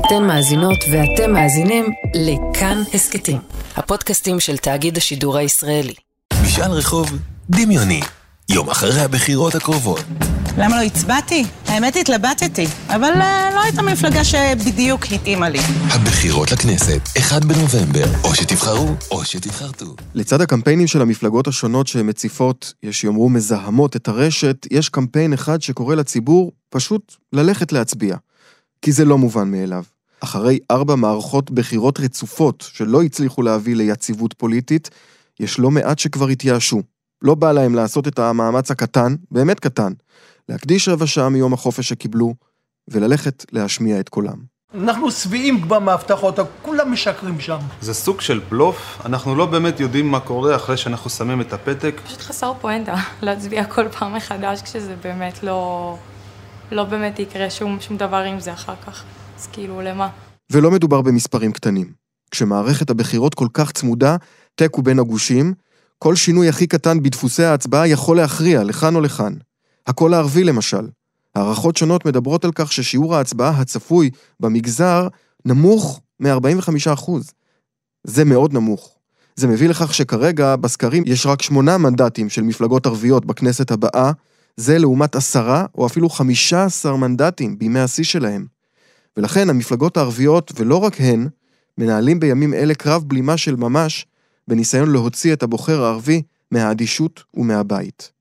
אתן מאזינות ואתם מאזינים לכאן הסקטים, הפודקאסטים של תאגיד השידור הישראלי. משאל רחוב דמיוני, יום אחרי הבחירות הקרובות. למה לא הצבעתי? האמת התלבטתי, אבל לא הייתה מפלגה שבדיוק התאימה לי. הבחירות לכנסת, 1 בנובמבר, או שתבחרו או שתתחרטו. לצד הקמפיינים של המפלגות השונות שמציפות, יש שיאמרו מזהמות את הרשת, יש קמפיין אחד שקורא לציבור פשוט ללכת להצביע. כי זה לא מובן מאליו. אחרי 4 מערכות בחירות רצופות שלא הצליחו להביא ליציבות פוליטית, יש לא מעט שכבר התייאשו. לא בא להם לעשות את המאמץ הקטן, באמת קטן, להקדיש 7 שעה מיום החופש שקיבלו, וללכת להשמיע את קולם. אנחנו שבעים כבר מהבטחות, כולם משקרים שם. זה סוג של בלוף, אנחנו לא באמת יודעים מה קורה אחרי שאנחנו שמים את הפתק. פשוט חסר פואנטה, להצביע כל פעם מחדש כשזה באמת לא באמת יקרה שום דבר עם זה אחר כך. אז כאילו, למה? ולא מדובר במספרים קטנים. כשמערכת הבחירות כל כך צמודה, תקו בין הגושים, כל שינוי הכי קטן בדפוסי ההצבעה יכול להכריע לכאן או לכאן. הקול הערבי למשל. הערכות שונות מדברות על כך ששיעור ההצבעה הצפוי במגזר נמוך מ-45%. זה מאוד נמוך. זה מביא לכך שכרגע בסקרים יש רק 8 מנדטים של מפלגות ערביות בכנסת הבאה, זה לעומת 10 או אפילו 15 מנדטים בימי השיא שלהם. ולכן המפלגות הערביות, ולא רק הן, מנהלים בימים אלה קרב בלימה של ממש, בניסיון להוציא את הבוחר הערבי מהאדישות ומהבית.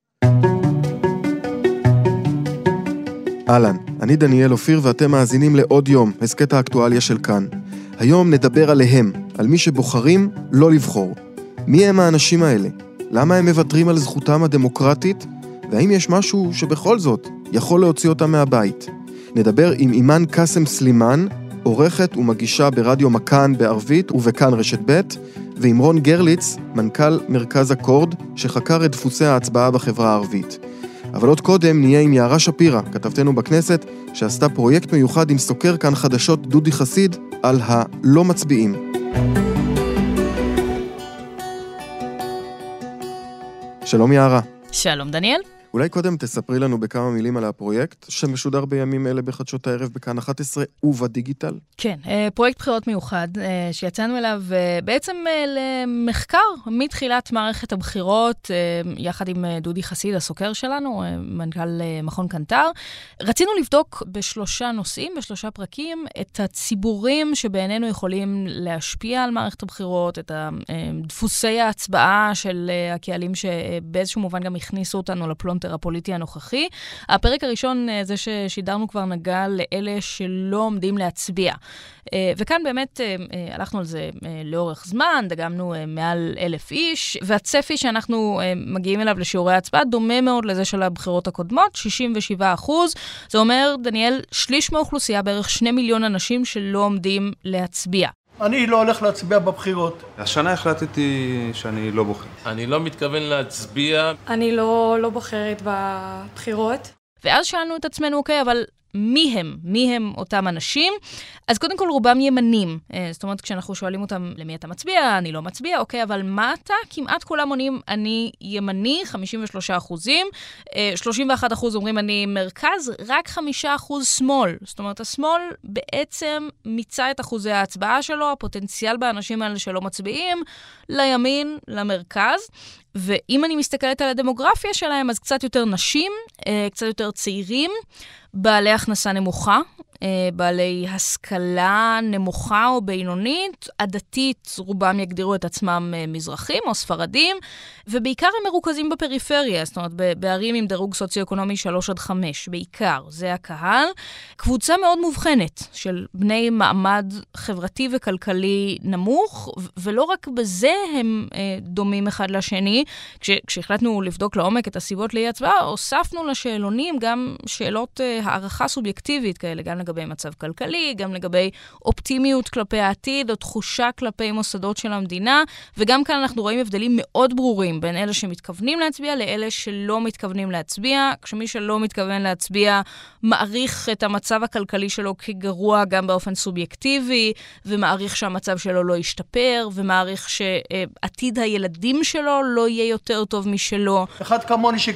אהלן, אני דניאל אופיר ואתם מאזינים לעוד יום, הסקט האקטואליה של כאן. היום נדבר עליהם, על מי שבוחרים לא לבחור. מי הם האנשים האלה? למה הם מוותרים על זכותם הדמוקרטית? והאם יש משהו שבכל זאת יכול להוציא אותם מהבית? נדבר עם אימן קאסם סלימן, עורכת ומגישה ברדיו מכאן בערבית ובכאן רשת ב', ועם רון גרליץ, מנכ"ל מרכז אקורד, שחקר את דפוסי ההצבעה בחברה הערבית. אבל עוד קודם נהיה עם יערה שפירא, כתבתנו בכנסת, שעשתה פרויקט מיוחד עם סוקר כאן חדשות דודי חסיד על הלא מצביעים. שלום יערה. שלום דניאל. אולי קודם תספרי לנו בכמה מילים על הפרויקט שמשודר בימים אלה בחדשות הערב בכאן 11 ובדיגיטל. כן, פרויקט בחירות מיוחד שיצאנו אליו בעצם למחקר מתחילת מערכת הבחירות, יחד עם דודי חסיד, הסוקר שלנו, מנכ"ל מכון קנטר. רצינו לבדוק ב3 נושאים, ב3 פרקים, את הציבורים שבעינינו יכולים להשפיע על מערכת הבחירות, את דפוסי ההצבעה של הקהלים שבאיזשהו מובן גם הכניסו אותנו לפלונטר הפוליטי הנוכחי. הפרק הראשון, זה ששידרנו כבר נגע לאלה שלא עומדים להצביע. וכאן באמת הלכנו על זה לאורך זמן, דגמנו מעל 1,000 איש, והצפי שאנחנו מגיעים אליו לשיעורי ההצבעה דומה מאוד לזה של הבחירות הקודמות, 67%. זה אומר, דניאל, שליש מהאוכלוסייה, בערך 2 מיליון אנשים שלא עומדים להצביע. אני לא הולך להצביע בבחירות. השנה החלטתי שאני לא בוחר. אני לא מתכוון להצביע. אני לא בוחרת בבחירות. ואז שאלנו את עצמנו, אוקיי, אבל מי הם? מי הם אותם אנשים? אז קודם כל רובם ימנים. זאת אומרת, כשאנחנו שואלים אותם למי אתה מצביע, אני לא מצביע, אוקיי, אבל מה אתה? כמעט כולם עונים, אני ימני, 53%, 31% אומרים אני מרכז, רק 5% שמאל. זאת אומרת, השמאל בעצם מיצה את אחוזי ההצבעה שלו, הפוטנציאל באנשים האלה שלא מצביעים, לימין, למרכז. ואם אני מסתכלת על הדמוגרפיה שלהם, אז קצת יותר נשים, קצת יותר צעירים, בעלי הכנסה נמוכה, בעלי השכלה נמוכה או בינונית, עדתית, רובם יגדירו את עצמם מזרחים או ספרדים, ובעיקר הם מרוכזים בפריפריה, זאת אומרת, בערים עם דירוג סוציו-אקונומי 3-5, בעיקר, זה הקהל. קבוצה מאוד מובחנת של בני מעמד חברתי וכלכלי נמוך, ולא רק בזה הם דומים אחד לשני. כשהחלטנו לבדוק לעומק את הסיבות לאי הצבעה, הוספנו לשאלונים גם שאלות הערכה סובייקטיבית כאלה, גם לגבי מצב כלכלי, גם לגבי אופטימיות כלפי העתיד, או תחושה כלפי מוסדות של המדינה, וגם כאן אנחנו רואים הבדלים מאוד ברורים בין אלה שמתכוונים להצביע לאלה שלא מתכוונים להצביע. כשמי שלא מתכוון להצביע מעריך את המצב הכלכלי שלו כגרוע גם באופן סובייקטיבי, ומעריך שהמצב שלו לא ישתפר, ומעריך שעתיד הילדים שלו לא יהיה יותר טוב משלו. אחד כמוני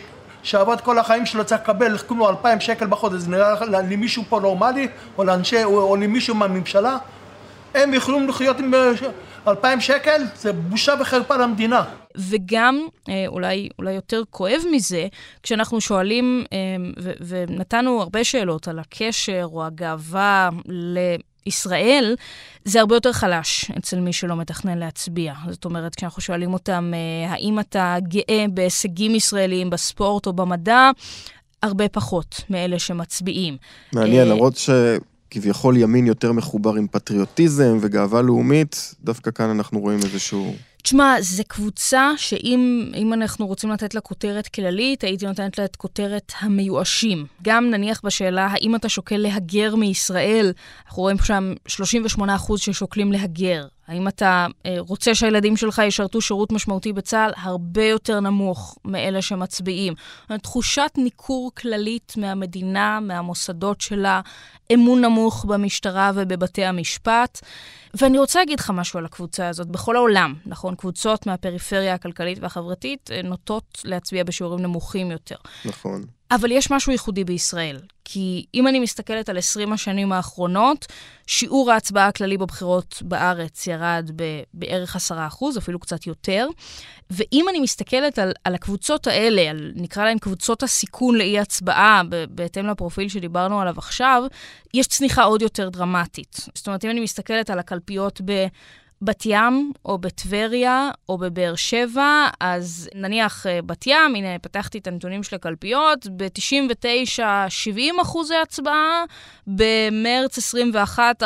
שעבד כל החיים שלו צריך לקבל, קוראים לו 2,000 שקל בחודש, זה נראה למישהו פה נורמלי, או למישהו מהממשלה? הם יכולים לחיות עם 2,000 שקל? זה בושה וחרפה למדינה. וגם, אולי יותר כואב מזה, כשאנחנו שואלים, ונתנו הרבה שאלות על הקשר או הגאווה לישראל, זה הרבה יותר חלש אצל מי שלא מתכנן להצביע. זאת אומרת, כשאנחנו שואלים אותם, האם אתה גאה בהישגים ישראליים בספורט או במדע, הרבה פחות מאלה שמצביעים. מעניין, למרות שכביכול ימין יותר מחובר עם פטריוטיזם וגאווה לאומית, דווקא כאן אנחנו רואים איזשהו... תשמע, זו קבוצה שאם אנחנו רוצים לתת לה כותרת כללית, הייתי נותנת לה את כותרת המיואשים. גם נניח בשאלה, האם אתה שוקל להגר מישראל, אנחנו רואים שם 38% ששוקלים להגר. האם אתה רוצה שהילדים שלך ישרתו שירות משמעותי בצה"ל? הרבה יותר נמוך מאלה שמצביעים. תחושת ניכור כללית מהמדינה, מהמוסדות שלה, אמון נמוך במשטרה ובבתי המשפט. ואני רוצה להגיד לך משהו על הקבוצה הזאת. בכל העולם, נכון, קבוצות מהפריפריה הכלכלית והחברתית נוטות להצביע בשיעורים נמוכים יותר. נכון. אבל יש משהו ייחודי בישראל, כי אם אני מסתכלת על 20 השנים האחרונות, שיעור ההצבעה הכללי בבחירות בארץ ירד בערך 10%, אפילו קצת יותר, ואם אני מסתכלת על הקבוצות האלה, נקרא להם קבוצות הסיכון לאי הצבעה, בהתאם לפרופיל שדיברנו עליו עכשיו, יש צניחה עוד יותר דרמטית. זאת אומרת, אם אני מסתכלת על הקלפיות בת ים, או בטבריה, או בבאר שבע, אז נניח בת ים, הנה פתחתי את הנתונים של הקלפיות, ב-99-70% הצבעה, במרץ 21,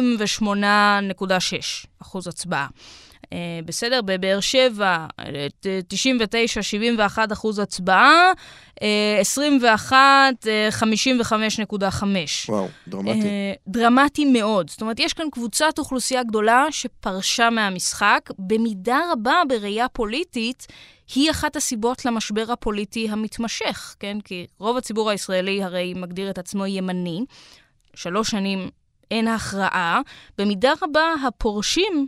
48.6% הצבעה. בסדר, בבאר שבע, 99-71% הצבעה, 21, 55.5. וואו, דרמטי. דרמטי מאוד. זאת אומרת, יש כאן קבוצת אוכלוסייה גדולה שפרשה מהמשחק, במידה רבה בראייה פוליטית, היא אחת הסיבות למשבר הפוליטי המתמשך, כן? כי רוב הציבור הישראלי הרי מגדיר את עצמו ימני, 3 שנים אין הכרעה, במידה רבה הפורשים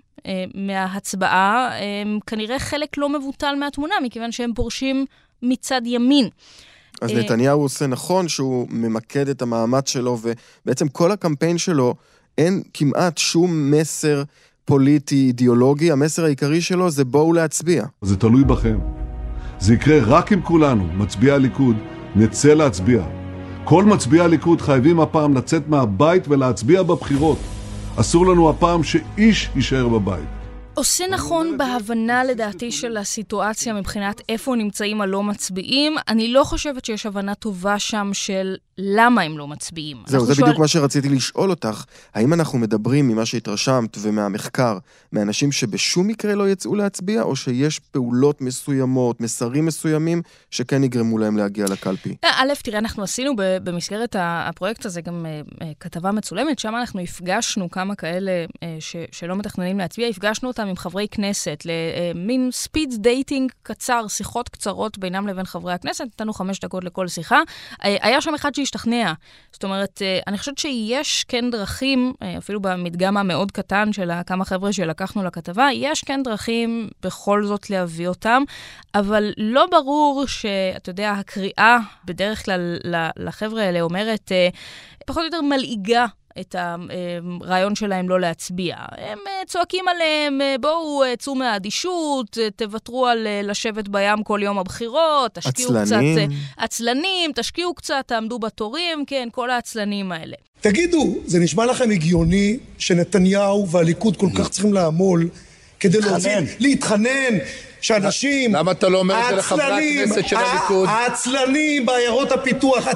מההצבעה הם כנראה חלק לא מבוטל מהתמונה, מכיוון שהם פורשים מצד ימין. אז נתניהו עושה נכון שהוא ממקד את המאמץ שלו, ובעצם כל הקמפיין שלו אין כמעט שום מסר פוליטי, אידיאולוגי, המסר העיקרי שלו זה בואו להצביע. זה תלוי בכם. זה יקרה רק אם כולנו, מצביעי הליכוד, נצא להצביע. כל מצביעי הליכוד חייבים הפעם לצאת מהבית ולהצביע בבחירות. אסור לנו הפעם שאיש יישאר בבית. עושה נכון בהבנה לדעתי של הסיטואציה מבחינת איפה נמצאים הלא מצביעים. אני לא חושבת שיש הבנה טובה שם של למה הם לא מצביעים. זהו, זה בדיוק מה שרציתי לשאול אותך. האם אנחנו מדברים ממה שהתרשמת ומהמחקר, מאנשים שבשום מקרה לא יצאו להצביע, או שיש פעולות מסוימות, מסרים מסוימים, שכן יגרמו להם להגיע לקלפי? א', תראה, אנחנו עשינו במסגרת הפרויקט הזה גם כתבה מצולמת, שם אנחנו הפגשנו כמה כאלה שלא מתכננים להצביע, הפגשנו אותם עם חברי כנסת, למין ספיד דייטינג קצר, שיחות קצרות בינם לבין חברי הכנסת, נתנו 5 דקות לכל שיחה. היה שם אחד שהשתכנע. זאת אומרת, אני חושבת שיש כן דרכים, אפילו במדגם המאוד קטן של כמה חבר'ה שלקחנו לכתבה, יש כן דרכים בכל זאת להביא אותם, אבל לא ברור שאתה יודע, הקריאה בדרך כלל לחבר'ה האלה אומרת, פחות או יותר מלעיגה את הרעיון שלהם לא להצביע. הם צועקים עליהם, בואו צאו מהאדישות, תוותרו על לשבת בים כל יום הבחירות, תשקיעו קצת עצלנים, תשקיעו קצת, תעמדו בתורים, כן, כל העצלנים האלה. תגידו, זה נשמע לכם הגיוני שנתניהו והליכוד כל כך צריכים לעמול כדי להתחנן, שאנשים... למה אתה לא אומר את זה לחברי הכנסת של הליכוד? העצלנים בעיירות הפיתוח,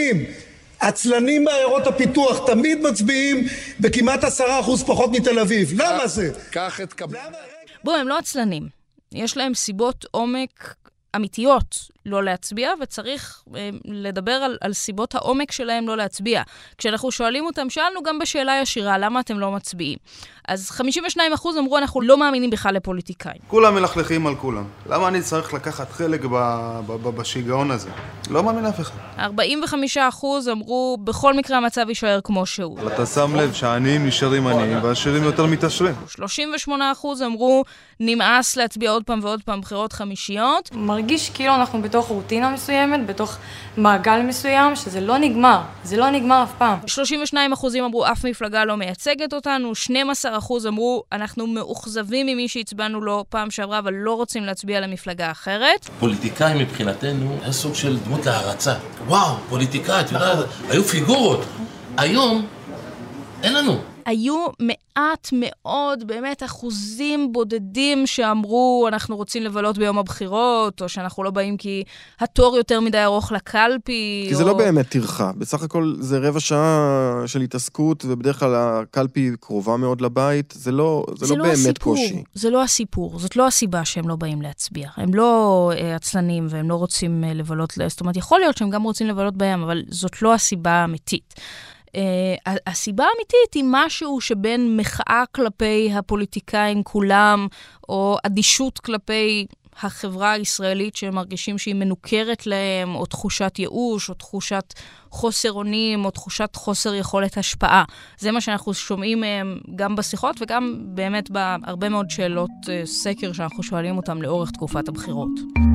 עצלנים בעיירות הפיתוח תמיד מצביעים בכמעט 10% פחות מתל אביב. למה זה? קח את קבל... בואו, הם לא עצלנים. יש להם סיבות עומק אמיתיות לא להצביע, וצריך לדבר על סיבות העומק שלהם לא להצביע. כשאנחנו שואלים אותם, שאלנו גם בשאלה ישירה, למה אתם לא מצביעים? אז 52% אמרו, אנחנו לא מאמינים בכלל לפוליטיקאים. כולם מלכלכים על כולם. למה אני צריך לקחת חלק בשיגעון הזה? לא מאמין אף אחד. 45% אמרו, בכל מקרה המצב יישאר כמו שהוא. אתה שם לב שהעניים נשארים עניים, והעשירים יותר מתעשרים. 38% אמרו, נמאס להצביע עוד פעם ועוד פעם בחירות חמישיות. מרגיש כאילו אנחנו בתוך רוטינה מסוימת, בתוך מעגל מסוים, שזה לא נגמר. זה לא נגמר אף פעם. 32% אמרו, אף מפלגה לא מייצגת אותנו, 12% אמרו, אנחנו מאוכזבים ממי שהצבענו לו פעם שעברה, אבל לא רוצים להצביע למפלגה אחרת. פוליטיקאים מבחינתנו, היה סוג של דמות להרצה. וואו, פוליטיקאי, היו פיגורות. היום, אין לנו. היו מעט מאוד, באמת אחוזים בודדים שאמרו, אנחנו רוצים לבלות ביום הבחירות, או שאנחנו לא באים כי התור יותר מדי ארוך לקלפי. כי זה לא באמת טרחה. בסך הכל זה רבע שעה של התעסקות, ובדרך כלל הקלפי קרובה מאוד לבית. זה לא באמת קושי. זה לא הסיפור. זאת לא הסיבה שהם לא באים להצביע. הם לא עצלנים והם לא רוצים לבלות, זאת אומרת, יכול להיות שהם גם רוצים לבלות בים, אבל זאת לא הסיבה האמיתית. הסיבה האמיתית היא משהו שבין מחאה כלפי הפוליטיקאים כולם, או אדישות כלפי החברה הישראלית שמרגישים שהיא מנוכרת להם, או תחושת ייאוש, או תחושת חוסר אונים, או תחושת חוסר יכולת השפעה. זה מה שאנחנו שומעים גם בשיחות, וגם באמת בהרבה מאוד שאלות סקר שאנחנו שואלים אותם לאורך תקופת הבחירות.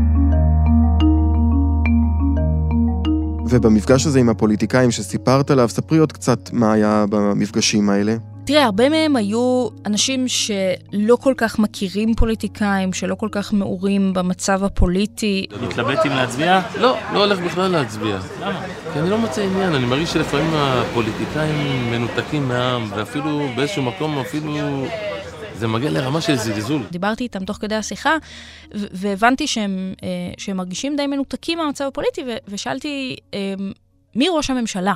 ובמפגש הזה עם הפוליטיקאים שסיפרת עליו, ספרי עוד קצת מה היה במפגשים האלה. תראה, הרבה מהם היו אנשים שלא כל כך מכירים פוליטיקאים, שלא כל כך מעורים במצב הפוליטי. מתלבט אם להצביע? לא הולך בכלל להצביע. למה? כי אני לא מוצא עניין, אני מרגיש שלפעמים הפוליטיקאים מנותקים מהעם, ואפילו באיזשהו מקום, אפילו זה מגיע לרמה של זלזול. דיברתי איתם תוך כדי השיחה, והבנתי שהם מרגישים די מנותקים מהמצב הפוליטי, ושאלתי, מי ראש הממשלה?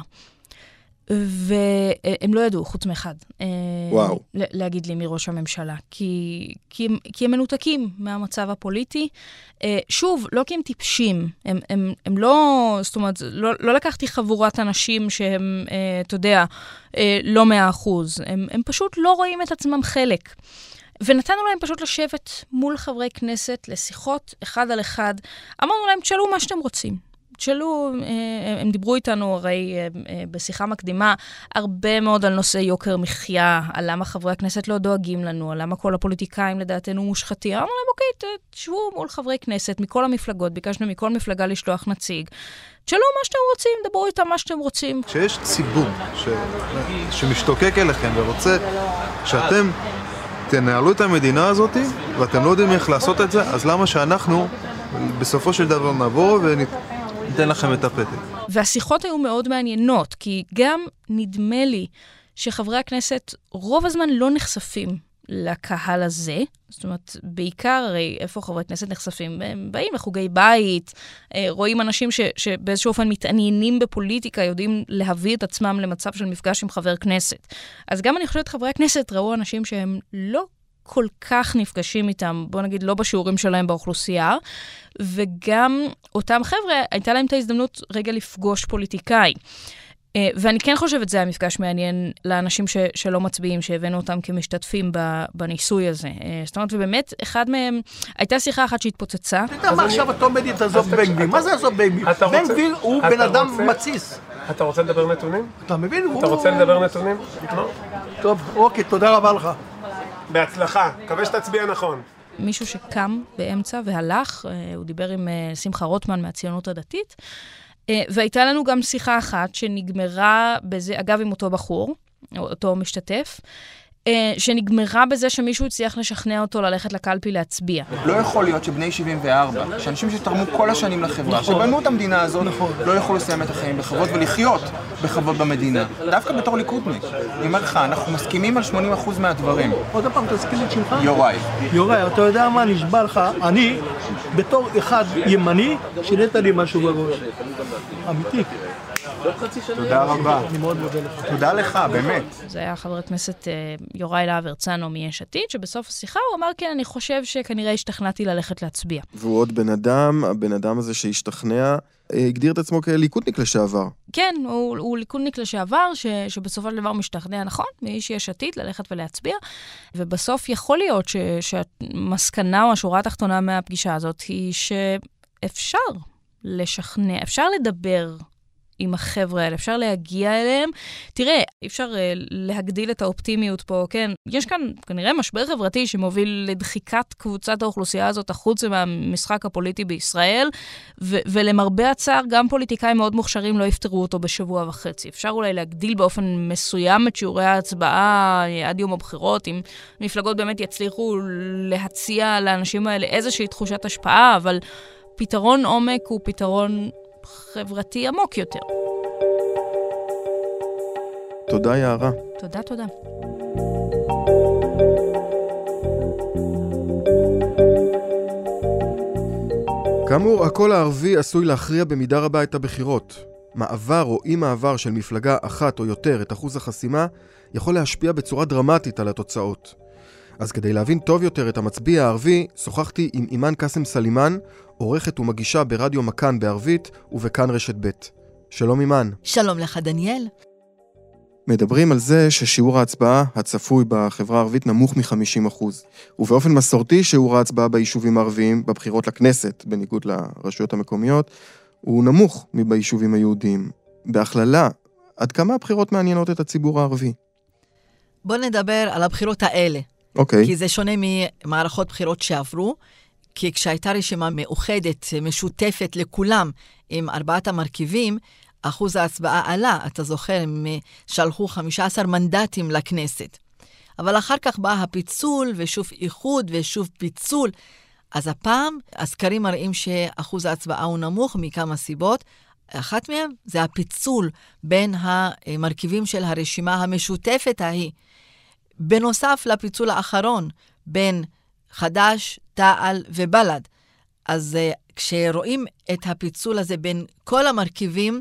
והם לא ידעו, חוץ מאחד. וואו. להגיד לי מי ראש הממשלה. כי הם מנותקים מהמצב הפוליטי. שוב, לא כי הם טיפשים. הם לא, זאת אומרת, לא לקחתי חבורת אנשים שהם, אתה יודע, לא 100%. הם פשוט לא רואים את עצמם חלק. ונתנו להם פשוט לשבת מול חברי כנסת, לשיחות אחד על אחד. אמרנו להם, תשאלו מה שאתם רוצים. תשאלו, הם דיברו איתנו הרי בשיחה מקדימה הרבה מאוד על נושא יוקר מחיה, על למה חברי הכנסת לא דואגים לנו, על למה כל הפוליטיקאים לדעתנו מושחתים. אמרנו להם, אוקיי, תשבו מול חברי כנסת מכל המפלגות, ביקשנו מכל מפלגה לשלוח נציג. תשאלו מה שאתם רוצים, דברו איתם מה שאתם רוצים. כשיש ציבור שמשתוקק אליכם ורוצה שאתם תנהלו את המדינה הזאת, ואתם לא יודעים איך לעשות את זה, אז למה שאנחנו בסופו של דבר נבוא ניתן לכם את הפתק. והשיחות היו מאוד מעניינות, כי גם נדמה לי שחברי הכנסת רוב הזמן לא נחשפים לקהל הזה. זאת אומרת, בעיקר הרי איפה חברי הכנסת נחשפים? הם באים לחוגי בית, רואים אנשים שבאיזשהו אופן מתעניינים בפוליטיקה, יודעים להביא את עצמם למצב של מפגש עם חבר כנסת. אז גם אני חושבת חברי הכנסת ראו אנשים שהם לא כל כך נפגשים איתם, בוא נגיד לא בשיעורים שלהם באוכלוסייה, וגם אותם חבר'ה, הייתה להם את ההזדמנות רגע לפגוש פוליטיקאי. ואני כן חושבת זה המפגש מעניין לאנשים שלא מצביעים, שהבאנו אותם כמשתתפים בניסוי הזה. זאת אומרת, ובאמת, אחד מהם, הייתה שיחה אחת שהתפוצצה. אתה יודע מה עכשיו אתה עומד את הזוב בן גביר? מה זה הזוב בן גביר? בן גביר הוא בן אדם מציס. אתה רוצה לדבר נתונים? אתה מבין? אתה רוצה לדבר נתונים? טוב, אוקיי, תודה רבה לך. בהצלחה, מקווה שתצביע נכון. מישהו שקם באמצע והלך, הוא דיבר עם שמחה רוטמן מהציונות הדתית, והייתה לנו גם שיחה אחת שנגמרה בזה, אגב עם אותו בחור, אותו משתתף, שנגמרה בזה שמישהו הצליח לשכנע אותו ללכת לקלפי להצביע. לא יכול להיות שבני 74, שאנשים שתרמו כל השנים לחברה, שבנו את המדינה הזאת, לא יכולו לסיים את החיים בכבוד ולחיות בכבוד במדינה. דווקא בתור ליכודניק. אני אומר לך, אנחנו מסכימים על 80% מהדברים. עוד פעם, תזכיר את שלך? יוראי, אתה יודע מה, נשבע לך, אני, בתור אחד ימני, שינית לי משהו בראש. אמיתי. תודה רבה. אני מאוד מודה לך. תודה לך, באמת. זה היה חבר הכנסת יוראי להב הרצנו מיש עתיד, שבסוף השיחה הוא אמר, כן, אני חושב שכנראה השתכנעתי ללכת להצביע. והוא עוד בן אדם, הבן אדם הזה שהשתכנע, הגדיר את עצמו כליכודניק לשעבר. כן, הוא ליכודניק לשעבר, שבסופו של דבר משתכנע, נכון, מאיש יש עתיד ללכת ולהצביע, ובסוף יכול להיות שהמסקנה או השורה התחתונה מהפגישה הזאת היא שאפשר לשכנע, אפשר לדבר עם החבר'ה האלה, אפשר להגיע אליהם. תראה, אפשר להגדיל את האופטימיות פה, כן? יש כאן כנראה משבר חברתי שמוביל לדחיקת קבוצת האוכלוסייה הזאת החוץ מהמשחק הפוליטי בישראל, ולמרבה הצער, גם פוליטיקאים מאוד מוכשרים לא יפתרו אותו בשבוע וחצי. אפשר אולי להגדיל באופן מסוים את שיעורי ההצבעה עד יום הבחירות, אם מפלגות באמת יצליחו להציע לאנשים האלה איזושהי תחושת השפעה, אבל פתרון עומק הוא פתרון חברתי עמוק יותר. תודה, יערה. תודה. כאמור, הקול הערבי עשוי להכריע במידה רבה את הבחירות. מעבר או אי מעבר של מפלגה אחת או יותר את אחוז החסימה יכול להשפיע בצורה דרמטית על התוצאות. אז כדי להבין טוב יותר את המצביע הערבי, שוחחתי עם אימן קאסם סלימן, עורכת ומגישה ברדיו מכאן בערבית ובכאן רשת ב'. שלום אימן. שלום לך דניאל. מדברים על זה ששיעור ההצבעה הצפוי בחברה הערבית נמוך מ-50%. ובאופן מסורתי שיעור ההצבעה ביישובים הערביים בבחירות לכנסת, בניגוד לרשויות המקומיות, הוא נמוך מביישובים היהודיים. בהכללה, עד כמה הבחירות מעניינות את הציבור הערבי? בוא נדבר על הבחירות האלה. אוקיי. כי זה שונה ממערכות בחירות שעברו, כי כשהייתה רשימה מאוחדת, משותפת לכולם, עם 4 המרכיבים, אחוז ההצבעה עלה. אתה זוכר, הם שלחו 15 מנדטים לכנסת. אבל אחר כך בא הפיצול, ושוב איחוד, ושוב פיצול. אז הפעם, הסקרים מראים שאחוז ההצבעה הוא נמוך מכמה סיבות. אחת מהם זה הפיצול בין המרכיבים של הרשימה המשותפת ההיא. בנוסף לפיצול האחרון, בין חד"ש, תע"ל ובל"ד. אז כשרואים את הפיצול הזה בין כל המרכיבים,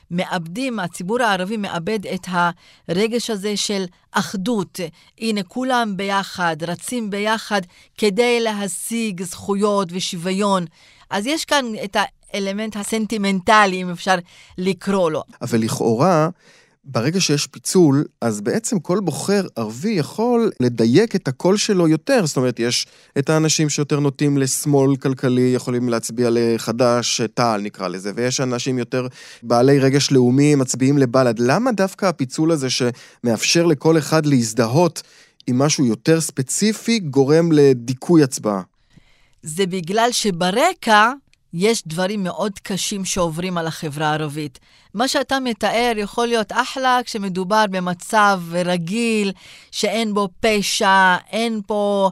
הציבור הערבי מאבד את הרגש הזה של אחדות. הנה, כולם ביחד, רצים ביחד כדי להשיג זכויות ושוויון. אז יש כאן את האלמנט הסנטימנטלי, אם אפשר לקרוא לו. אבל לכאורה, ברגע שיש פיצול, אז בעצם כל בוחר ערבי יכול לדייק את הקול שלו יותר. זאת אומרת, יש את האנשים שיותר נוטים לשמאל כלכלי, יכולים להצביע לחד"ש, תע"ל נקרא לזה, ויש אנשים יותר בעלי רגש לאומי, מצביעים לבל"ד. למה דווקא הפיצול הזה שמאפשר לכל אחד להזדהות עם משהו יותר ספציפי, גורם לדיכוי הצבעה? זה בגלל שברקע יש דברים מאוד קשים שעוברים על החברה הערבית. מה שאתה מתאר יכול להיות אחלה כשמדובר במצב רגיל, שאין בו פשע, אין פה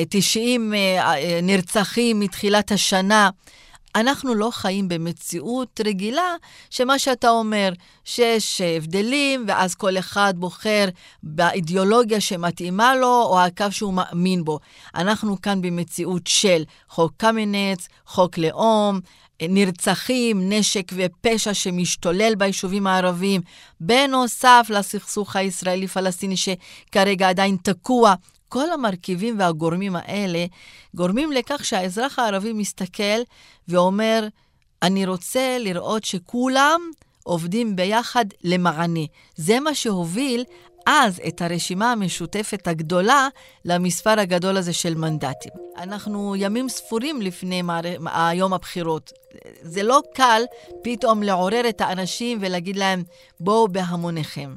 90 נרצחים מתחילת השנה. אנחנו לא חיים במציאות רגילה, שמה שאתה אומר, שיש הבדלים, ואז כל אחד בוחר באידיאולוגיה שמתאימה לו, או הקו שהוא מאמין בו. אנחנו כאן במציאות של חוק קמיניץ, חוק לאום, נרצחים, נשק ופשע שמשתולל ביישובים הערביים, בנוסף לסכסוך הישראלי-פלסטיני שכרגע עדיין תקוע. כל המרכיבים והגורמים האלה גורמים לכך שהאזרח הערבי מסתכל ואומר, אני רוצה לראות שכולם עובדים ביחד למעני. זה מה שהוביל אז את הרשימה המשותפת הגדולה למספר הגדול הזה של מנדטים. אנחנו ימים ספורים לפני יום הבחירות. זה לא קל פתאום לעורר את האנשים ולהגיד להם, בואו בהמוניכם.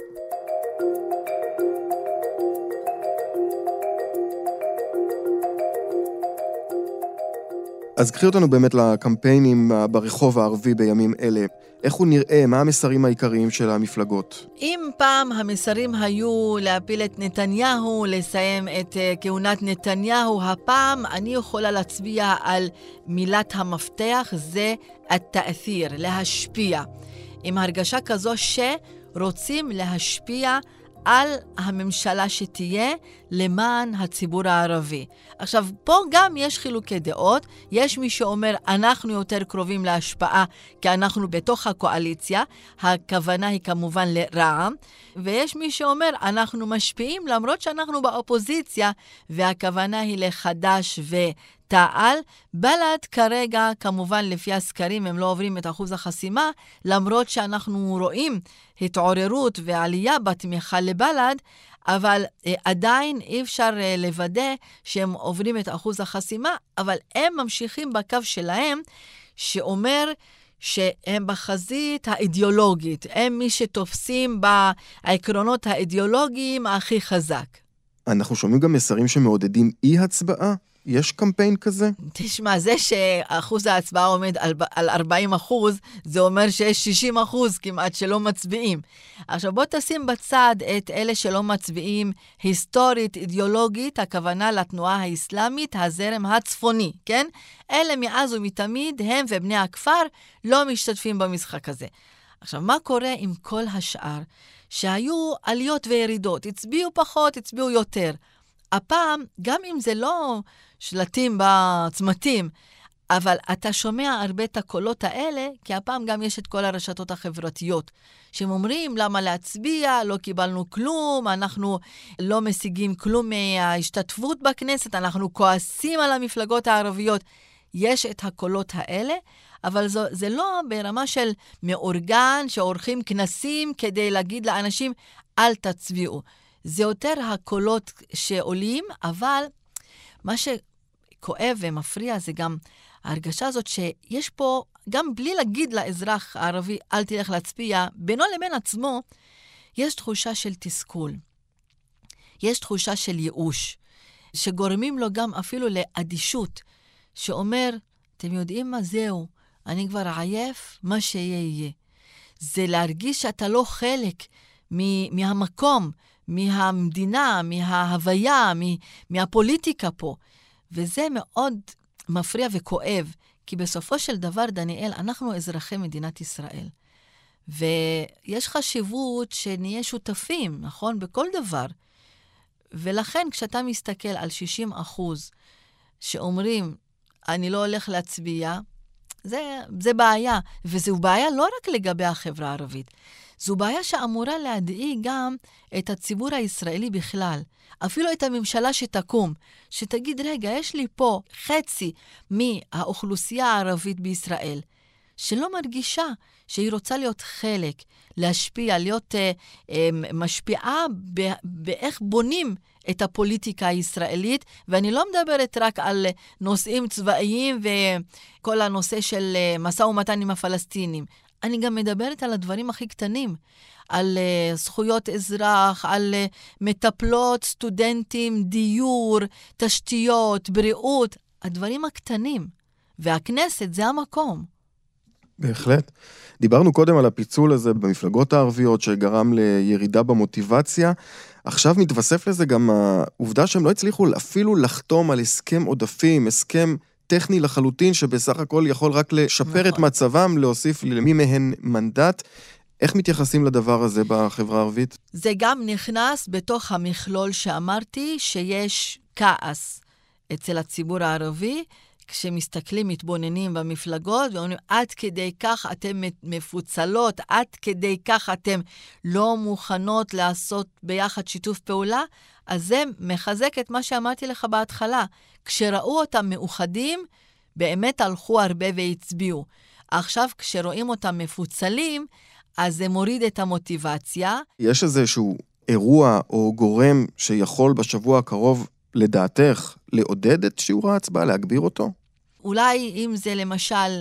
אז קחי אותנו באמת לקמפיינים ברחוב הערבי בימים אלה. איך הוא נראה? מה המסרים העיקריים של המפלגות? אם פעם המסרים היו להפיל את נתניהו, לסיים את כהונת נתניהו, הפעם אני יכולה להצביע על מילת המפתח, זה התאת'יר, להשפיע. עם הרגשה כזו שרוצים להשפיע על הממשלה שתהיה למען הציבור הערבי. עכשיו, פה גם יש חילוקי דעות. יש מי שאומר, אנחנו יותר קרובים להשפעה, כי אנחנו בתוך הקואליציה. הכוונה היא כמובן לרע"מ. ויש מי שאומר, אנחנו משפיעים למרות שאנחנו באופוזיציה, והכוונה היא לחד"ש ותע"ל. בל"ד כרגע, כמובן לפי הסקרים, הם לא עוברים את אחוז החסימה, למרות שאנחנו רואים התעוררות ועלייה בתמיכה לבל"ד, אבל עדיין אי אפשר לוודא שהם עוברים את אחוז החסימה, אבל הם ממשיכים בקו שלהם, שאומר שהם בחזית האידיאולוגית, הם מי שתופסים בעקרונות האידיאולוגיים הכי חזק. אנחנו שומעים גם מסרים שמעודדים אי-הצבעה? יש קמפיין כזה? תשמע, זה שאחוז ההצבעה עומד על 40%, זה אומר שיש 60% כמעט שלא מצביעים. עכשיו בוא תשים בצד את אלה שלא מצביעים היסטורית, אידיאולוגית, הכוונה לתנועה האסלאמית, הזרם הצפוני, כן? אלה מאז ומתמיד, הם ובני הכפר לא משתתפים במשחק הזה. עכשיו, מה קורה עם כל השאר? שהיו עליות וירידות, הצביעו פחות, הצביעו יותר. הפעם, גם אם זה לא שלטים בצמתים, אבל אתה שומע הרבה את הקולות האלה, כי הפעם גם יש את כל הרשתות החברתיות, שהם אומרים למה להצביע, לא קיבלנו כלום, אנחנו לא משיגים כלום מההשתתפות בכנסת, אנחנו כועסים על המפלגות הערביות. יש את הקולות האלה, אבל זה לא ברמה של מאורגן, שעורכים כנסים כדי להגיד לאנשים, אל תצביעו. זה יותר הקולות שעולים, אבל מה שכואב ומפריע זה גם ההרגשה הזאת שיש פה, גם בלי להגיד לאזרח הערבי, אל תלך להצביע, בינו לבין עצמו, יש תחושה של תסכול. יש תחושה של ייאוש, שגורמים לו גם אפילו לאדישות, שאומר, אתם יודעים מה זהו, אני כבר עייף, מה שיהיה. זה להרגיש שאתה לא חלק מהמקום, מהמדינה, מההוויה, מהפוליטיקה פה. וזה מאוד מפריע וכואב, כי בסופו של דבר, דניאל, אנחנו אזרחי מדינת ישראל. ויש חשיבות שנהיה שותפים, נכון? בכל דבר. ולכן, כשאתה מסתכל על 60% שאומרים, אני לא הולך להצביע, זה בעיה. וזו בעיה לא רק לגבי החברה הערבית. זו בעיה שאמורה להדאיג גם את הציבור הישראלי בכלל. אפילו את הממשלה שתקום, שתגיד, רגע, יש לי פה חצי מהאוכלוסייה הערבית בישראל, שלא מרגישה שהיא רוצה להיות חלק, להשפיע, להיות משפיעה באיך בונים את הפוליטיקה הישראלית, ואני לא מדברת רק על נושאים צבאיים וכל הנושא של משא ומתן עם הפלסטינים. אני גם מדברת על הדברים הכי קטנים, על זכויות אזרח, על מטפלות, סטודנטים, דיור, תשתיות, בריאות, הדברים הקטנים. והכנסת זה המקום. בהחלט. דיברנו קודם על הפיצול הזה במפלגות הערביות שגרם לירידה במוטיבציה. עכשיו מתווסף לזה גם העובדה שהם לא הצליחו אפילו לחתום על הסכם עודפים, הסכם טכני לחלוטין שבסך הכל יכול רק לשפר את מצבם, להוסיף למי מהן מנדט. איך מתייחסים לדבר הזה בחברה הערבית? זה גם נכנס בתוך המכלול שאמרתי שיש כעס אצל הציבור הערבי, כשמסתכלים, מתבוננים במפלגות, ואומרים, עד כדי כך אתם מפוצלות, עד כדי כך אתם לא מוכנות לעשות ביחד שיתוף פעולה, אז זה מחזק את מה שאמרתי לך בהתחלה. כשראו אותם מאוחדים, באמת הלכו הרבה והצביעו. עכשיו, כשרואים אותם מפוצלים, אז זה מוריד את המוטיבציה. יש איזשהו אירוע או גורם שיכול בשבוע הקרוב, לדעתך, לעודד את שיעור ההצבעה, להגביר אותו? אולי אם זה למשל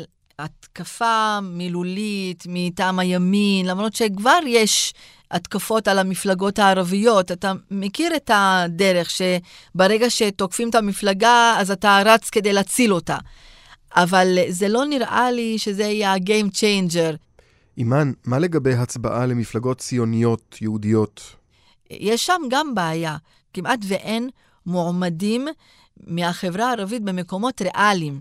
התקפה מילולית מטעם הימין, למרות שכבר יש התקפות על המפלגות הערביות, אתה מכיר את הדרך שברגע שתוקפים את המפלגה, אז אתה רץ כדי להציל אותה. אבל זה לא נראה לי שזה יהיה ה-game changer. אימן, מה לגבי הצבעה למפלגות ציוניות יהודיות? יש שם גם בעיה. כמעט ואין מועמדים מהחברה הערבית במקומות ריאליים.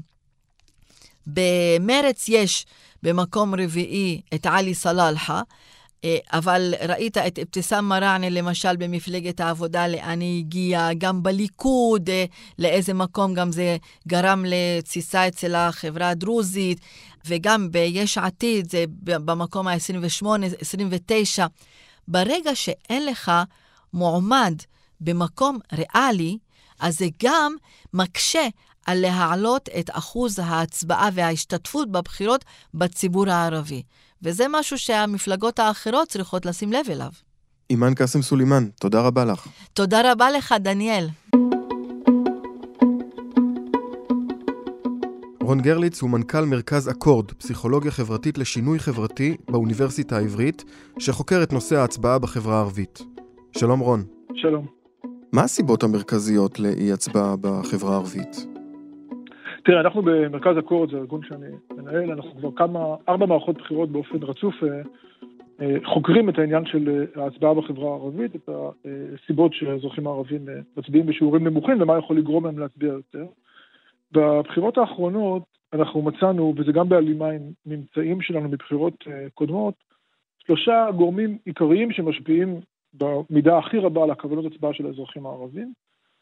במרץ יש במקום רביעי את עלי סלאלחה, אבל ראית את אבתיסאם מראענה למשל במפלגת העבודה לאן היא הגיעה, גם בליכוד, לאיזה מקום גם זה גרם לתסיסה אצל החברה הדרוזית, וגם ביש עתיד זה במקום ה-28, 29. ברגע שאין לך מועמד במקום ריאלי, אז זה גם מקשה על להעלות את אחוז ההצבעה וההשתתפות בבחירות בציבור הערבי. וזה משהו שהמפלגות האחרות צריכות לשים לב אליו. אימן קאסם סולימן, תודה רבה לך. תודה רבה לך, דניאל. רון גרליץ הוא מנכ"ל מרכז אקורד, פסיכולוגיה חברתית לשינוי חברתי באוניברסיטה העברית, שחוקר את נושא ההצבעה בחברה הערבית. שלום רון. שלום. מה הסיבות המרכזיות לאי הצבעה בחברה הערבית? תראה, אנחנו במרכז אקורד, זה ארגון שאני מנהל, אנחנו כבר 4 מערכות בחירות באופן רצוף חוקרים את העניין של ההצבעה בחברה הערבית, את הסיבות שהאזרחים הערבים מצביעים בשיעורים נמוכים ומה יכול לגרום להם להצביע יותר. בבחירות האחרונות אנחנו מצאנו, וזה גם בהלימה עם ממצאים שלנו מבחירות קודמות, 3 גורמים עיקריים שמשפיעים במידה הכי רבה על הכוונות הצבעה של האזרחים הערבים.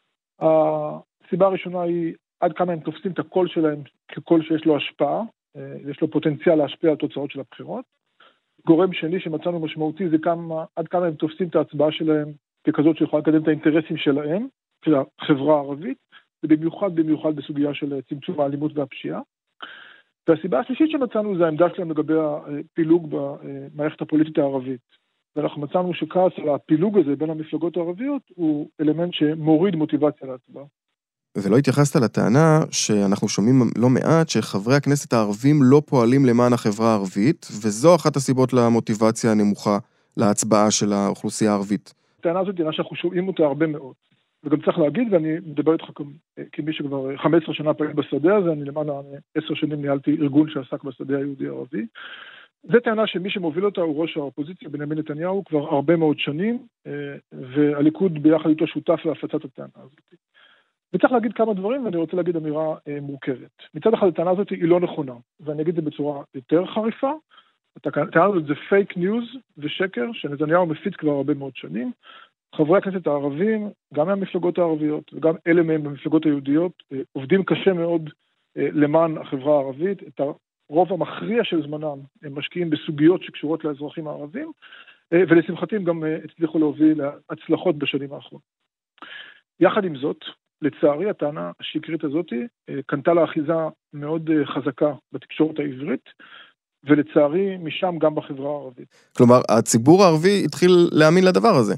הסיבה הראשונה היא עד כמה הם תופסים את הקול שלהם כקול שיש לו השפעה, יש לו פוטנציאל להשפיע על תוצאות של הבחירות. גורם שני שמצאנו משמעותי זה עד כמה הם תופסים את ההצבעה שלהם ככזאת שיכולה לקדם את האינטרסים שלהם, של החברה הערבית, ובמיוחד בסוגיה של צמצום האלימות והפשיעה. והסיבה השלישית שמצאנו זה העמדה שלהם לגבי הפילוג במערכת הפוליטית הערבית. ואנחנו מצאנו שכעס על הפילוג הזה בין המפלגות הערביות הוא אלמנט שמוריד מוטיבציה להצבעה. ולא התייחסת לטענה שאנחנו שומעים לא מעט שחברי הכנסת הערבים לא פועלים למען החברה הערבית, וזו אחת הסיבות למוטיבציה הנמוכה להצבעה של האוכלוסייה הערבית. הטענה הזאת היא שאנחנו שומעים אותה הרבה מאוד. וגם צריך להגיד, ואני מדבר איתך כמי שכבר 15 שנה פעיל בשדה הזה, אני למעלה 10 שנים ניהלתי ארגון שעסק בשדה היהודי-ערבי. זו טענה שמי שמוביל אותה הוא ראש האופוזיציה, בנימין נתניהו, כבר הרבה מאוד שנים, והליכוד ביחד איתו שותף להפצת הטענה הזאת. וצריך להגיד כמה דברים, ואני רוצה להגיד אמירה מורכבת. מצד אחד, הטענה הזאת היא לא נכונה, ואני אגיד את זה בצורה יותר חריפה. הטענה הזאת זה פייק ניוז ושקר, שנתניהו מפיץ כבר הרבה מאוד שנים. חברי הכנסת הערבים, גם מהמפלגות הערביות, וגם אלה מהם במפלגות היהודיות, עובדים קשה מאוד למען החברה הערבית. את הרוב המכריע של זמנם הם משקיעים בסוגיות שקשורות לאזרחים הערבים, ולשמחתי הם גם הצליחו להוביל להצלחות בשנים האחרונות. יחד עם זאת, לצערי הטענה השקרית הזאת קנתה לה אחיזה מאוד חזקה בתקשורת העברית, ולצערי משם גם בחברה הערבית. כלומר, הציבור הערבי התחיל להאמין לדבר הזה.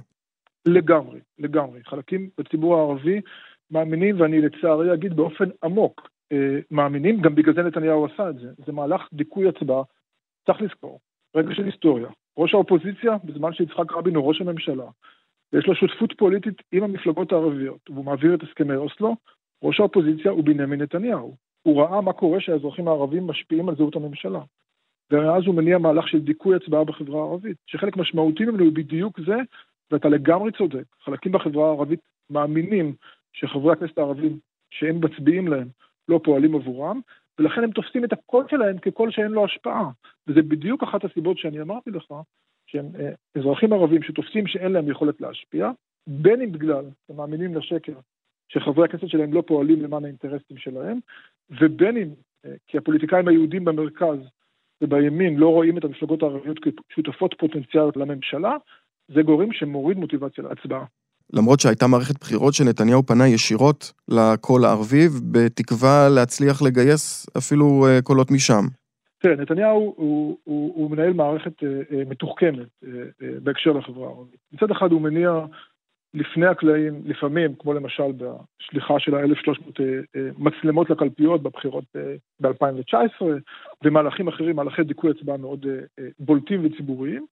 לגמרי. חלקים בציבור הערבי מאמינים, ואני לצערי אגיד באופן עמוק, מאמינים, גם בגלל זה נתניהו עשה את זה. זה מהלך דיכוי הצבעה, צריך לזכור. רגע של היסטוריה. ראש האופוזיציה, בזמן שיצחק רבין הוא ראש הממשלה, ויש לו שותפות פוליטית עם המפלגות הערביות, והוא מעביר את הסכמי אוסלו, ראש האופוזיציה הוא בנימין נתניהו. הוא ראה מה קורה שהאזרחים הערבים משפיעים על זהות הממשלה. ואז הוא מניע מהלך של דיכוי הצבעה בחברה הערבית, שחלק משמעותי ממנו הוא בדיוק זה, ואתה לגמרי צודק. חלקים בחברה הערבית מאמינים שחברי הכנסת הערבים שהם מצביעים להם לא פועלים עבורם, ולכן הם תופסים את הקול שלהם כקול שאין לו השפעה. וזה בדיוק אחת הסיבות שאני אמרתי לך, שהם אזרחים ערבים שתופסים שאין להם יכולת להשפיע, בין אם בגלל הם מאמינים לשקר שחברי הכנסת שלהם לא פועלים למען האינטרסים שלהם, ובין אם כי הפוליטיקאים היהודים במרכז ובימין לא רואים את המפלגות הערביות כשותפות פוטנציאליות לממשלה, זה גורם שמוריד מוטיבציה להצבעה. למרות שהייתה מערכת בחירות שנתניהו פנה ישירות לקול הערבי, בתקווה להצליח לגייס אפילו קולות משם. תראה, נתניהו הוא מנהל מערכת מתוחכמת בהקשר לחברה הערבית. מצד אחד הוא מניע לפני הקלעים, לפעמים, כמו למשל בשליחה של 1,300 מצלמות לקלפיות בבחירות ב-2019, ומהלכים אחרים, מהלכי דיכוי הצבעה מאוד בולטים וציבוריים.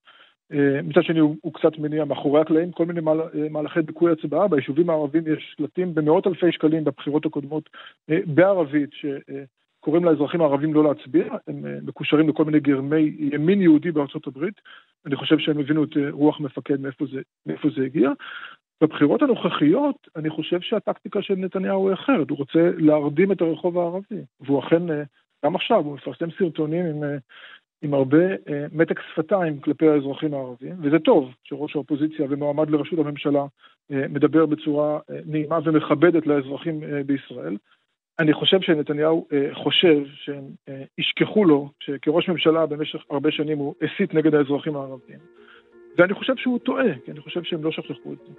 מצד שני הוא קצת מניע מאחורי הקלעים, כל מיני מהלכי דיכוי הצבעה. ביישובים הערבים יש שלטים במאות אלפי שקלים בבחירות הקודמות בערבית, שקוראים לאזרחים הערבים לא להצביע, הם מקושרים לכל מיני גרמי ימין יהודי בארצות הברית. אני חושב שהם הבינו את רוח מפקד מאיפה זה הגיע. בבחירות הנוכחיות, אני חושב שהטקטיקה של נתניהו היא אחרת. הוא רוצה להרדים את הרחוב הערבי, והוא אכן, גם עכשיו, הוא מפרסם סרטונים עם הרבה מתק שפתיים כלפי האזרחים הערבים, וזה טוב שראש האופוזיציה ומועמד לראשות הממשלה מדבר בצורה נעימה ומכבדת לאזרחים בישראל. אני חושב שנתניהו חושב שהם ישכחו לו שכראש ממשלה במשך הרבה שנים הוא הסית נגד האזרחים הערבים. ואני חושב שהוא טועה, כי אני חושב שהם לא שכחו את זה.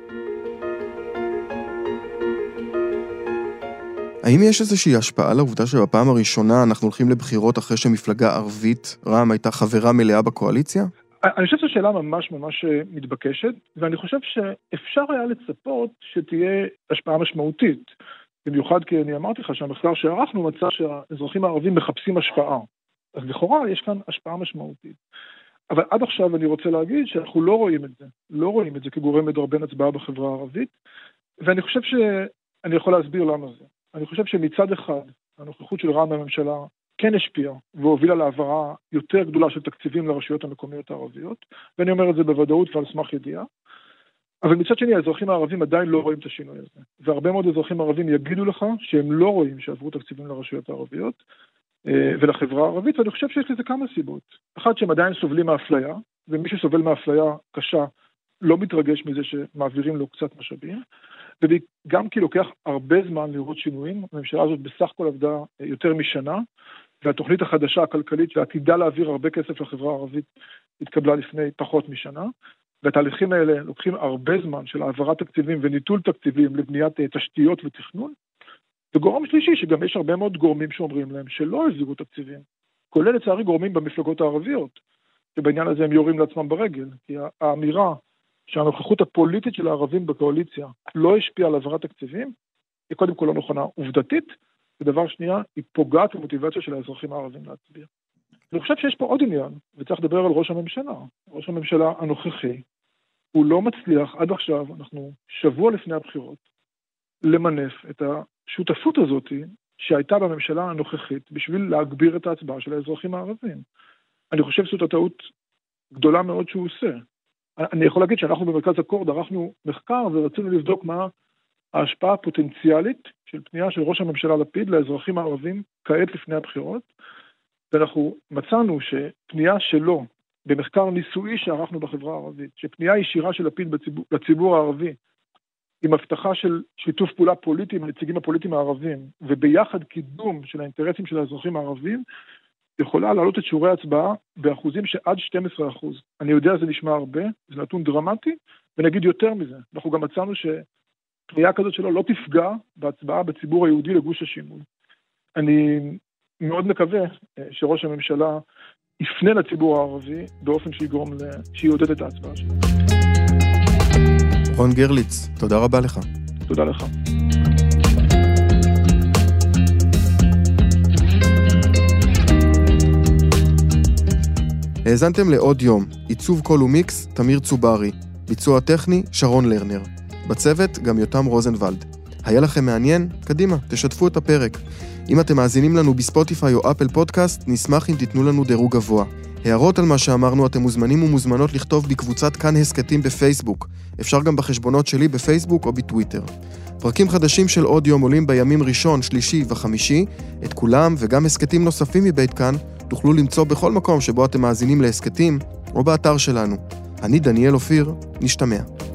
האם יש איזושהי השפעה לעובדה שבפעם הראשונה אנחנו הולכים לבחירות אחרי שמפלגה ערבית, רע"מ, הייתה חברה מלאה בקואליציה? אני חושב שזו שאלה ממש מתבקשת, ואני חושב שאפשר היה לצפות שתהיה השפעה משמעותית. במיוחד כי אני אמרתי לך שהמחקר שערכנו מצא שהאזרחים הערבים מחפשים השפעה. אז לכאורה יש כאן השפעה משמעותית. אבל עד עכשיו אני רוצה להגיד שאנחנו לא רואים את זה. לא רואים את זה כגורם מדרבן הצבעה בחברה הערבית, ואני חושב שאני יכול להסביר למה זה. אני חושב שמצד אחד, הנוכחות של רע"מ בממשלה כן השפיעה, והובילה להעברה יותר גדולה של תקציבים לרשויות המקומיות הערביות, ואני אומר את זה בוודאות ועל סמך ידיעה. אבל מצד שני, האזרחים הערבים עדיין לא רואים את השינוי הזה. והרבה מאוד אזרחים ערבים יגידו לך שהם לא רואים שעברו תקציבים לרשויות הערביות ולחברה הערבית, ואני חושב שיש לזה כמה סיבות. אחת, שהם עדיין סובלים מאפליה, ומי שסובל מאפליה קשה לא מתרגש מזה שמעבירים לו קצת משאבים, וגם כי לוקח הרבה זמן לראות שינויים. הממשלה הזאת בסך הכל עבדה יותר משנה, והתוכנית החדשה הכלכלית שעתידה להעביר הרבה כסף לחברה הערבית התקבלה לפני פחות משנה, והתהליכים האלה לוקחים הרבה זמן של העברת תקציבים וניטול תקציבים לבניית תשתיות ותכנון. וגורם שלישי, שגם יש הרבה מאוד גורמים שאומרים להם שלא החזירו תקציבים, כולל לצערי גורמים במפלגות הערביות, שבעניין הזה הם יורים לעצמם ברגל, כי האמירה שהנוכחות הפוליטית של הערבים בקואליציה לא השפיעה על העברת תקציבים, היא קודם כל לא נכונה עובדתית, ודבר שנייה, היא פוגעת במוטיבציה של האזרחים הערבים להצביע. אני חושב שיש פה עוד עניין, וצריך לדבר על ראש הממשלה. ראש הממשלה הנוכחי, הוא לא מצליח עד עכשיו, אנחנו שבוע לפני הבחירות, למנף את השותפות הזאת שהייתה בממשלה הנוכחית, בשביל להגביר את ההצבעה של האזרחים הערבים. אני חושב שזאת הטעות גדולה מאוד שהוא עושה. אני יכול להגיד שאנחנו במרכז אקורד ערכנו מחקר ורצינו לבדוק מה ההשפעה הפוטנציאלית של פנייה של ראש הממשלה לפיד לאזרחים הערבים כעת לפני הבחירות, ואנחנו מצאנו שפנייה שלו במחקר ניסוי שערכנו בחברה הערבית, שפנייה ישירה של לפיד לציבור הערבי, עם הבטחה של שיתוף פעולה פוליטי עם הנציגים הפוליטיים הערבים, וביחד קידום של האינטרסים של האזרחים הערבים, יכולה להעלות את שיעורי ההצבעה באחוזים שעד 12%. אני יודע, זה נשמע הרבה, זה נתון דרמטי, ונגיד יותר מזה. אנחנו גם מצאנו שפנייה כזאת שלו לא תפגע בהצבעה בציבור היהודי לגוש השינוי. אני מאוד מקווה שראש הממשלה יפנה לציבור הערבי באופן שיעודד את ההצבעה שלו. רון גרליץ, תודה רבה לך. תודה לך. האזנתם לעוד יום, עיצוב קול ומיקס, תמיר צוברי, ביצוע טכני, שרון לרנר. בצוות, גם יותם רוזנבלד. היה לכם מעניין? קדימה, תשתפו את הפרק. אם אתם מאזינים לנו בספוטיפיי או אפל פודקאסט, נשמח אם תיתנו לנו דירוג גבוה. הערות על מה שאמרנו אתם מוזמנים ומוזמנות לכתוב בקבוצת כאן הסקטים בפייסבוק. אפשר גם בחשבונות שלי בפייסבוק או בטוויטר. פרקים חדשים של עוד יום עולים בימים ראשון, שלישי וחמישי. את כולם וגם הסקטים נוספים מבית כאן תוכלו למצוא בכל מקום שבו אתם מאזינים להסקטים או באתר שלנו. אני דניאל אופיר, נשתמע.